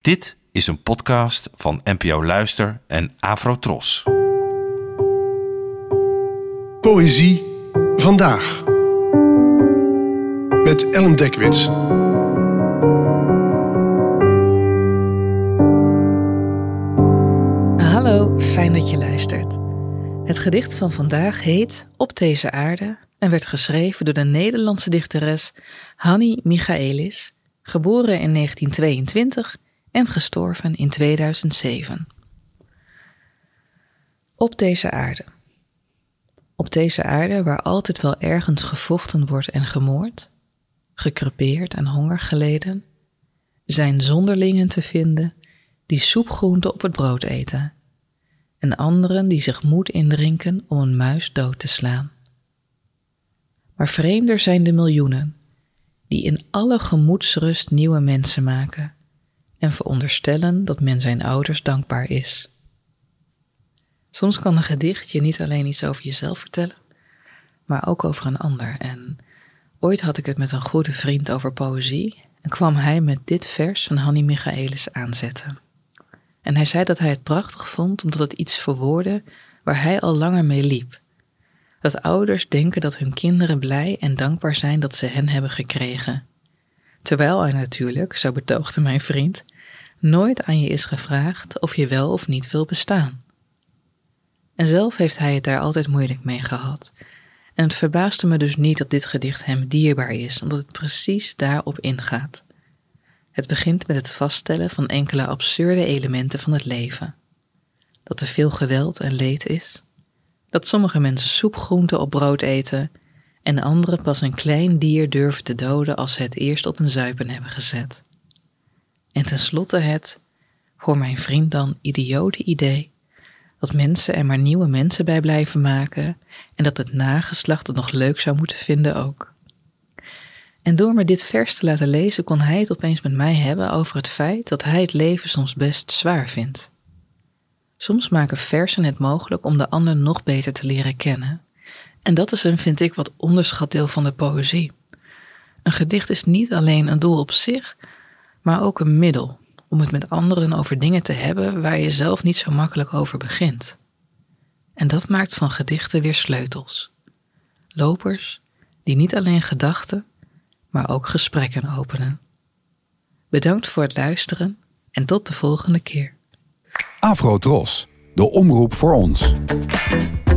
Dit is een podcast van NPO Luister en Afrotros. Poëzie vandaag. Met Ellen Dekwits. Hallo, fijn dat je luistert. Het gedicht van vandaag heet Op deze aarde en werd geschreven door de Nederlandse dichteres Hanni Michaëlis, geboren in 1922 en gestorven in 2007. Op deze aarde. Op deze aarde waar altijd wel ergens gevochten wordt en gemoord, gekrepeerd en honger geleden, zijn zonderlingen te vinden die soepgroenten op het brood eten en anderen die zich moed indrinken om een muis dood te slaan. Maar vreemder zijn de miljoenen die in alle gemoedsrust nieuwe mensen maken en veronderstellen dat men zijn ouders dankbaar is. Soms kan een gedicht je niet alleen iets over jezelf vertellen, maar ook over een ander. En ooit had ik het met een goede vriend over poëzie en kwam hij met dit vers van Hanni Michaëlis aanzetten. En hij zei dat hij het prachtig vond omdat het iets verwoordde waar hij al langer mee liep. Dat ouders denken dat hun kinderen blij en dankbaar zijn dat ze hen hebben gekregen. Terwijl er natuurlijk, zo betoogde mijn vriend, nooit aan je is gevraagd of je wel of niet wil bestaan. En zelf heeft hij het daar altijd moeilijk mee gehad. En het verbaasde me dus niet dat dit gedicht hem dierbaar is, omdat het precies daarop ingaat. Het begint met het vaststellen van enkele absurde elementen van het leven. Dat er veel geweld en leed is. Dat sommige mensen soepgroenten op brood eten en anderen pas een klein dier durven te doden als ze het eerst op een zuipen hebben gezet. En tenslotte het, voor mijn vriend dan, idiote idee dat mensen er maar nieuwe mensen bij blijven maken en dat het nageslacht het nog leuk zou moeten vinden ook. En door me dit vers te laten lezen kon hij het opeens met mij hebben over het feit dat hij het leven soms best zwaar vindt. Soms maken versen het mogelijk om de ander nog beter te leren kennen. En dat is een, vind ik, wat onderschat deel van de poëzie. Een gedicht is niet alleen een doel op zich, maar ook een middel om het met anderen over dingen te hebben waar je zelf niet zo makkelijk over begint. En dat maakt van gedichten weer sleutels. Lopers die niet alleen gedachten, maar ook gesprekken openen. Bedankt voor het luisteren en tot de volgende keer. Afrotros, de omroep voor ons.